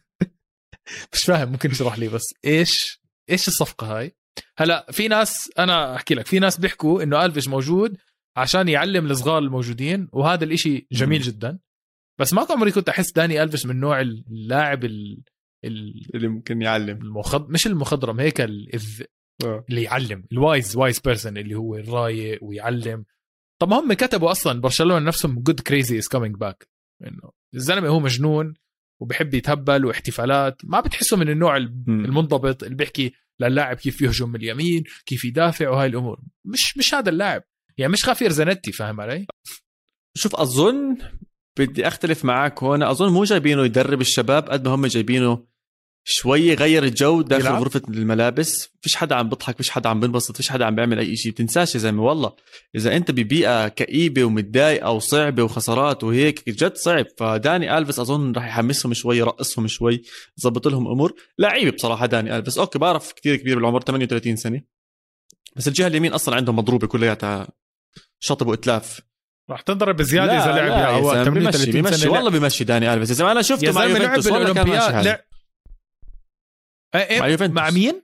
مش فاهم، ممكن تشرح لي بس إيش إيش الصفقة هاي؟ هلا في ناس، أنا أحكي لك، في ناس بيحكوا إنه ألفيس موجود عشان يعلم الصغار الموجودين، وهذا الإشي جميل م. جدا. بس ما عمري كنت أحس داني ألفيس من نوع اللاعب ال... اللي ممكن يعلم، المخض... مش المخضرم هيك ال... اللي يعلم، الوايز وايز بيرسون اللي هو الرايق ويعلم. طب هم كتبوا أصلا برشلونة نفسهم good crazy is coming back، إنه الزلمة هو مجنون وبحب يتهبل واحتفالات. ما بتحسه من النوع المنضبط اللي بيحكي للاعب كيف يهجم من اليمين، كيف يدافع وهاي الأمور. مش مش هذا اللاعب يعني، مش خافير زنتي، فاهم علي؟ شوف أظن بدي أختلف معاك هون. أظن مو جايبينه يدرب الشباب قد ما هم جايبينه شوي غير الجو داخل يلعب. غرفة الملابس فيش حدا عم بضحك، فيش حدا عم بنبسط، فيش حدا عم بيعمل أي شيء. بتنساش يا زلمة والله إذا أنت ببيئة كئيبة ومتضايقة وصعبة وخسارات وهيك جد صعب. فداني ألفيس أظن راح يحمسهم شوي، يرقصهم شوي، يضبط لهم أمور. لعيب بصراحة داني ألفيس، أوكي بعرف كتير كبير بالعمر، ثمانية وثلاثين سنة، بس الجهة اليمين أصلا عندهم مضروبة كلياتها شطب وإتلاف. راح تنضرب بزيادة إذا لعب يا عواد. ثمانية وثلاثين سنة والله بيمشي داني ألفيس. إذا أنا شفته مع يوفنتوس والله كان ماشي حاله. ايه مع يوفنتوس. مع مين؟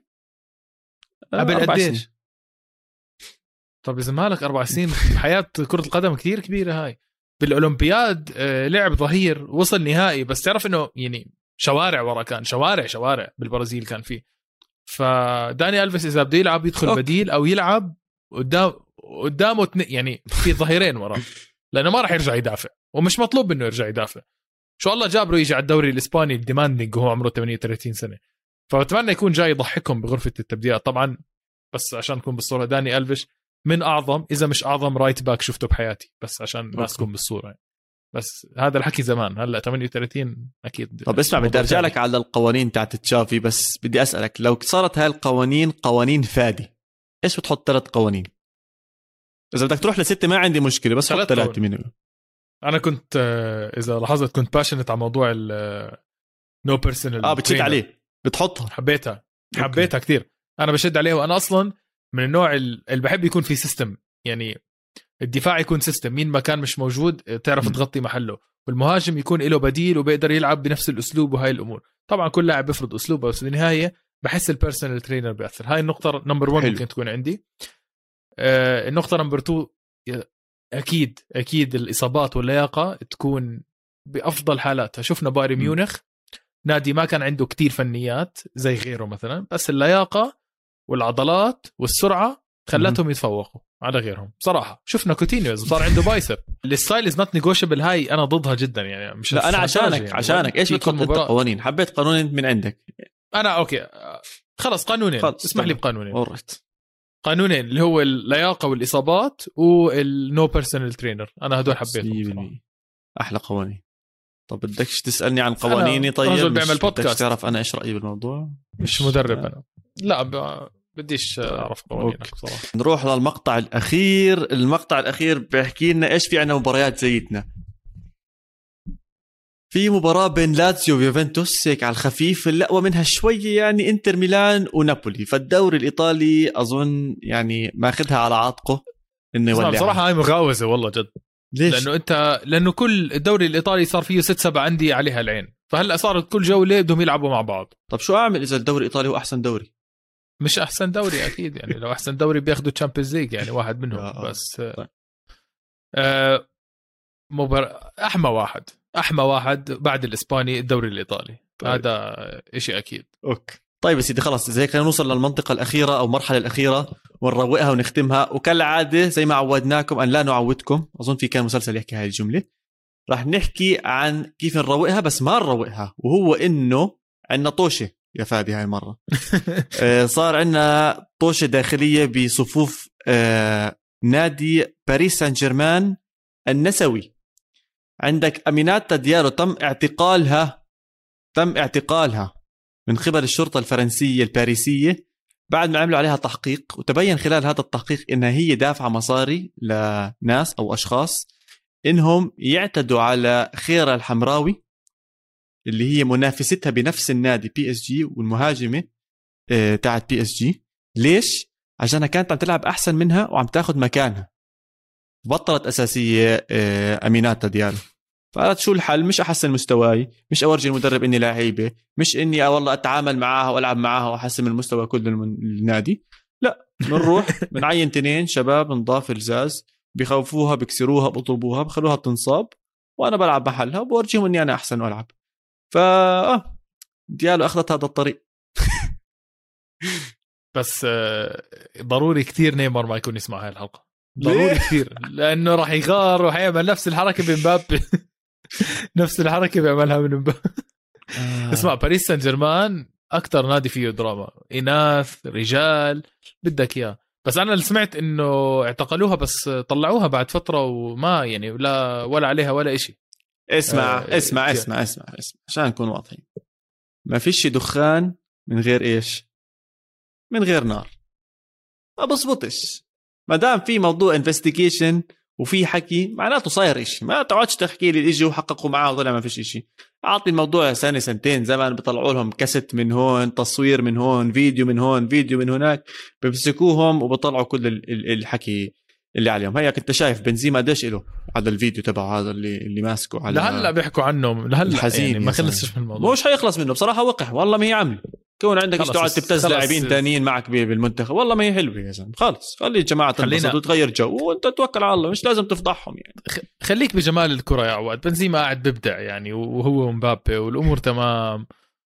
قبل قديش؟ طب إذا مالك أربع سنين حياة كرة القدم كتير كبيرة هاي. بالأولمبياد لعب ظهير، وصل نهائي، بس تعرف إنه يعني شوارع ورا، كان شوارع شوارع بالبرازيل كان فيه. فداني ألفيس إذا بده يلعب يدخل أوكي. بديل أو يلعب قدام قدامه يعني في ظهيرين ورا، لانه ما راح يرجع يدافع ومش مطلوب منه يرجع يدافع. شو الله جابره يجي على الدوري الاسباني الديماندينج وهو عمره ثمانية وثلاثين سنه. فبتمنى يكون جاي يضحكهم بغرفه التبديلات. طبعا بس عشان نكون بالصوره، داني ألفيش من اعظم اذا مش اعظم رايت باك شفته بحياتي، بس عشان الناس تكون بالصوره. بس هذا الحكي زمان، هلا ثمانية وثلاثين اكيد. طب اسمع، بدي ارجع لك على القوانين تاعت تشافي، بس بدي اسالك لو صارت هاي القوانين قوانين فادي، ايش بتحط ثلاث قوانين؟ اذا بدك تروح لستة ما عندي مشكله، بس حط ثلاثه منهم. انا كنت اذا لاحظت كنت باشنت على موضوع نو بيرسونال. اه بتشد عليه، بتحطها. حبيتها حبيتها كثير. انا بشد عليه، وانا اصلا من النوع اللي بحب يكون في سيستم، يعني الدفاع يكون سيستم، مين ما كان مش موجود تعرف م. تغطي محله، والمهاجم يكون له بديل وبيقدر يلعب بنفس الاسلوب. وهاي الامور طبعا كل لاعب بيفرض اسلوبه، بس بالنهايه بحس البيرسونال ترينر بيأثر. هاي النقطه نمبر واحد ممكن تكون عندي. آه النقطه نمبر اثنين، اكيد اكيد الاصابات واللياقه تكون بافضل حالاتها. شفنا بايرن ميونخ نادي ما كان عنده كتير فنيات زي غيره مثلا، بس اللياقه والعضلات والسرعه خلتهم يتفوقوا على غيرهم. صراحه شفنا كوتينيو صار عنده بايسب. الستايل از نوت نيغوشيبل، هاي انا ضدها جدا يعني. مش لا انا عشانك يعني. عشانك ايش بتحط انت قوانين؟ حبيت قانون من عندك. انا اوكي خلص قانونين، خلص. اسمح لي بقانونين. أورت. قانونين اللي هو اللياقه والاصابات والنو بيرسونال ترينر. انا هدول حبيتهم احلى قوانين. طب بدكش تسالني عن قوانيني؟ طيب رجل بيعمل بودكاست، تعرف انا ايش رايي بالموضوع؟ مش مدرب انا. لا ب... بديش اعرف قوانينك بصراحه. نروح للمقطع الاخير. المقطع الاخير بيحكي لنا ايش في عنا مباريات زيتنا. في مباراه بين لاتسيو ويوفنتوس هيك على الخفيف، الاقوى منها شويه يعني انتر ميلان ونابولي. فالدوري الايطالي اظن يعني ماخذها على عاتقه انه يولع. بصراحه هاي مغاوزه والله جد. ليش؟ لانه انت لانه كل الدوري الايطالي صار فيه ست سبع عندي عليها العين، فهلا صارت كل جوله بدهم يلعبوا مع بعض. طب شو اعمل اذا الدوري الايطالي هو احسن دوري؟ مش احسن دوري اكيد يعني. لو احسن دوري بياخذوا تشامبيونز ليج يعني واحد منهم. بس آه مبار... احمى واحد احمى واحد بعد الاسباني الدوري الايطالي. طيب. هذا إشي اكيد. اوكي طيب يا سيدي خلاص، زي خلينا نوصل للمنطقه الاخيره او المرحله الاخيره ونروقها ونختمها. وكالعاده زي ما عودناكم ان لا نعودكم، اظن في كان مسلسل يحكي هاي الجمله، راح نحكي عن كيف نروقها بس ما نروقها. وهو انه عندنا طوشه يا فادي هاي المره. صار عندنا طوشه داخليه بصفوف نادي باريس سان جيرمان النسوي. عندك أميناتا ديالو تم اعتقالها تم اعتقالها من قبل الشرطة الفرنسية الباريسية بعد ما عملوا عليها تحقيق، وتبين خلال هذا التحقيق إنها هي دافعة مصاري لناس أو أشخاص إنهم يعتدوا على خيرة الحمراوي اللي هي منافستها بنفس النادي بي اس جي والمهاجمة اه تاعت بي اس جي. ليش؟ عشانها كانت عم تلعب أحسن منها وعم تاخد مكانها، بطلت أساسية اه أميناتا ديالو. فقالت شو الحل؟ مش أحسن مستواي، مش أورجي المدرب إني لاعيبة، مش إني والله أتعامل معاها وألعب معاها وأحسن من المستوى كل النادي. لا، بنروح بنعين تنين شباب نضاف الزاز، بيخوفوها بيكسروها بيطلبوها بخلوها تنصاب، وأنا بلعب محلها وبورجيهم إني أنا أحسن وألعب. فا ديالو أخذت هذا الطريق. بس ضروري كتير نيمار ما يكون يسمع هاي الحلقة، ضروري كثير، لأنه راح يغار وحيعمل نفس الحركة بمبابي. نفس الحركة بيعملها من مبابي. آه. اسمع، باريس سان جيرمان أكتر نادي فيه دراما، إناث رجال بدك إياه. بس أنا اللي سمعت إنه اعتقلوها بس طلعوها بعد فترة وما يعني ولا ولا عليها ولا إشي. اسمع آه اسمع اسمع اسمع اسمع عشان نكون واضحين، ما فيش دخان من غير إيش؟ من غير نار. ما بصبطش. ما دام في موضوع انفستيجيشن وفي حكي معناته صاير إشي. ما تقعدش تحكي لي إجوا وحققوا معاه وطلع ما فيش إشي. أعطي الموضوع سنة سنتين زمان بيطلعوا لهم كاسيت من هون، تصوير من هون، فيديو من هون، فيديو من هناك، بيمسكوهم وبيطلعوا كل الحكي اللي عليهم. هيك انت شايف بنزيما قديش له هذا الفيديو تبع هذا اللي اللي ماسكه على لهلا بيحكوا عنه لهلا يعني ما خلصش من الموضوع. مش حيخلص منه بصراحة. وقح والله ما هي عامله كون عندك تقعد تبتز لاعبين ثانيين معك بالمنتخب، والله ما هي حلوه يا زلمه. خلص خلي الجماعه تنبسط وتغير جو وانت توكل على الله، مش لازم تفضحهم يعني. خليك بجمال الكره يا عواد. بنزيما قاعد ببدع يعني، وهو مبابي والامور تمام،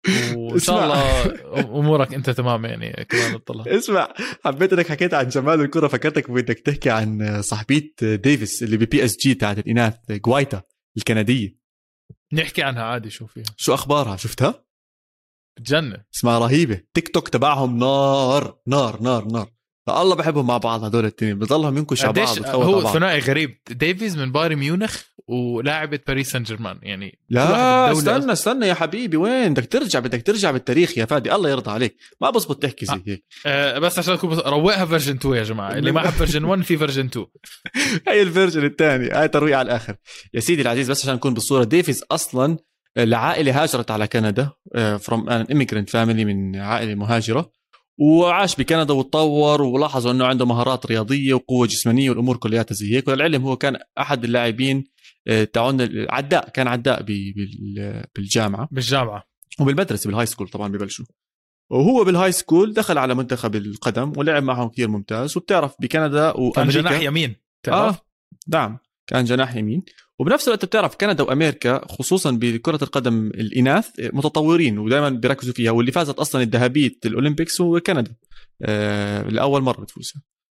وان شاء الله امورك انت تمام يعني كمان الطلع. اسمع، حبيت انك حكيت عن جمال الكره، فكرتك بدك تحكي عن صاحبيت ديفيس اللي ببي اس جي تاعت الاناث، جوايتا الكنديه. نحكي عنها عادي. شو فيها؟ شو اخبارها؟ شفتها؟ بتجنن، اسمها رهيبه. تيك توك تبعهم نار نار نار نار. الله بحبهم مع بعض هذول الاثنين، بضلهم ينكشوا على بعض. هو ثنائي غريب، ديفيز من بايرن ميونخ ولاعبة باريس سان جيرمان يعني. لا استنى استنى يا حبيبي، وين بدك ترجع؟ بدك ترجع بالتاريخ يا فادي، الله يرضى عليك. ما بزبط تحكي زي هيك. أه بس عشان تكون روقها فيرجن تو يا جماعه، اللي ما حب فيرجن واحد في فيرجن تو. هي الفيرجن الثاني، هاي ترويع على الاخر يا سيدي العزيز. بس عشان نكون بالصوره، ديفيز اصلا العائله هاجرت على كندا، فروم ان immigrant فاميلي، من عائله مهاجره، وعاش بكندا وتطور، ولاحظوا انه عنده مهارات رياضيه وقوه جسمانيه والامور كلياتها زي هيك. وللعلم هو كان احد اللاعبين تاعون العداء، كان عداء بالجامعه بالجامعه وبالمدرسه بالهاي سكول طبعا ببلشوا. وهو بالهاي سكول دخل على منتخب القدم ولعب معهم كثير ممتاز. وبتعرف بكندا وامريكا كان جناح يمين تعرف؟ آه نعم كان جناح يمين. وبنفس الوقت بتعرف كندا وامريكا خصوصا بكره القدم الاناث متطورين ودائما بيركزوا فيها، واللي فازت اصلا الذهبيه الاولمبيكس هو كندا آه لاول مره بتفوزها.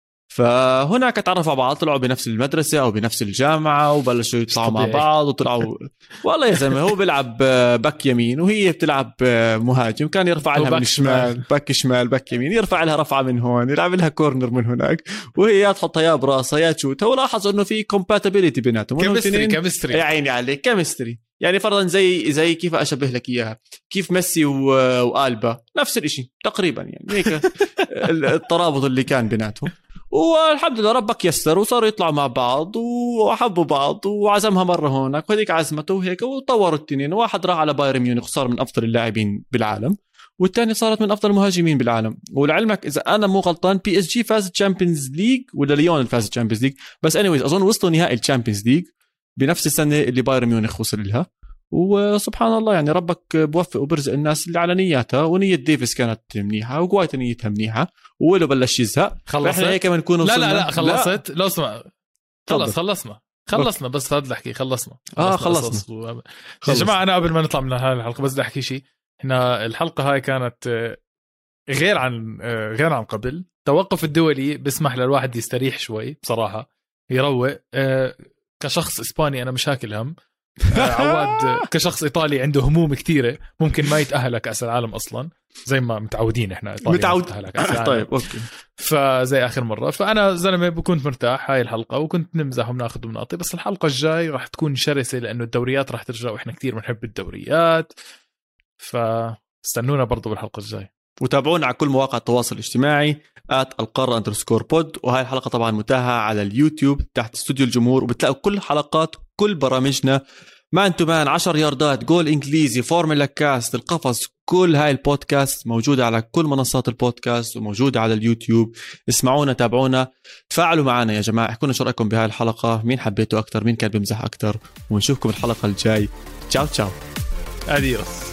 فهناك تعرفوا على بعض، طلعوا بنفس المدرسه او بنفس الجامعه وبلشوا يطلعوا مع بعض وطلعوا. والله يا زلمه هو بيلعب باك يمين وهي بتلعب مهاجم، كان يرفع لها من الشمال باك شمال باك يمين، يرفع لها رفعه من هون، يلعب لها كورنر من هناك، وهي يا تحطها يا براسها يا تشوتها. ولاحظوا انه في كومباتيبيليتي بيناتهم، كيمستري كيمستري يا عيني عليك كيمستري. يعني فرضا زي زي كيف اشبه لك اياها، كيف ميسي وآلبا نفس الاشي تقريبا، يعني هيك الترابط اللي كان بيناتهم. والحمد لله ربك يسر وصاروا يطلعوا مع بعض وحبوا بعض، وعزمها مرة هناك وهذيك عزمته وهيك، وطوروا التنين. واحد راح على بايرن ميونخ وصار من أفضل اللاعبين بالعالم، والتاني صارت من أفضل المهاجمين بالعالم. ولعلمك إذا أنا مو غلطان بي اس جي فاز تشامبيونز ليج ولا ليون فاز تشامبيونز ليج، بس anyways أظن وصلوا نهائي التشامبيونز ليج بنفس السنة اللي بايرن ميونخ وصل لها. وسبحان الله يعني ربك بوفق وبرزق الناس اللي على نياتها. ونية ديفيس كانت منيحة وجوايتا نيتها منيحة، ولو بلش يزهق خلصت. احنا هيك نكون لا لا لا خلصت. لو سمع خلص خلصنا خلصنا بس هاد احكي خلصنا اه خلصنا و... يا جماعة أنا قبل ما نطلع من هاي الحلقة بس بدي أحكي شيء. احنا الحلقة هاي كانت غير عن غير عن قبل. توقف الدولي بسمح للواحد يستريح شوي بصراحة، يروق. كشخص إسباني أنا مش هاكل هم. عواد كشخص إيطالي عنده هموم كتيرة، ممكن ما يتأهل كأس العالم أصلا زي ما متعودين إحنا إيطاليا متعود. آه طيب أوكي. فزي آخر مرة، فأنا زلمة كنت مرتاح هاي الحلقة وكنت نمزح وناخذ ونعطي. بس الحلقة الجاي راح تكون شرسة لأنه الدوريات راح ترجع وإحنا كتير بنحب الدوريات، فاستنونا برضو بالحلقة الجاي. وتابعونا على كل مواقع التواصل الاجتماعي آت القارة أندرسكور بود. وهاي الحلقة طبعا متاحة على اليوتيوب تحت استوديو الجمهور، وبتلاقوا كل حلقات كل برامجنا، مان تو مان، عشر ياردات، جول إنجليزي، فورمولا كاست، القفص، كل هاي البودكاست موجودة على كل منصات البودكاست وموجودة على اليوتيوب. اسمعونا، تابعونا، تفاعلوا معنا يا جماعة، احكونا شو رأيكم بهاي الحلقة، مين حبيته أكتر، مين كان بمزح أكتر. ونشوفكم الحلقة الجاي. تشاو تشاو. أديوس.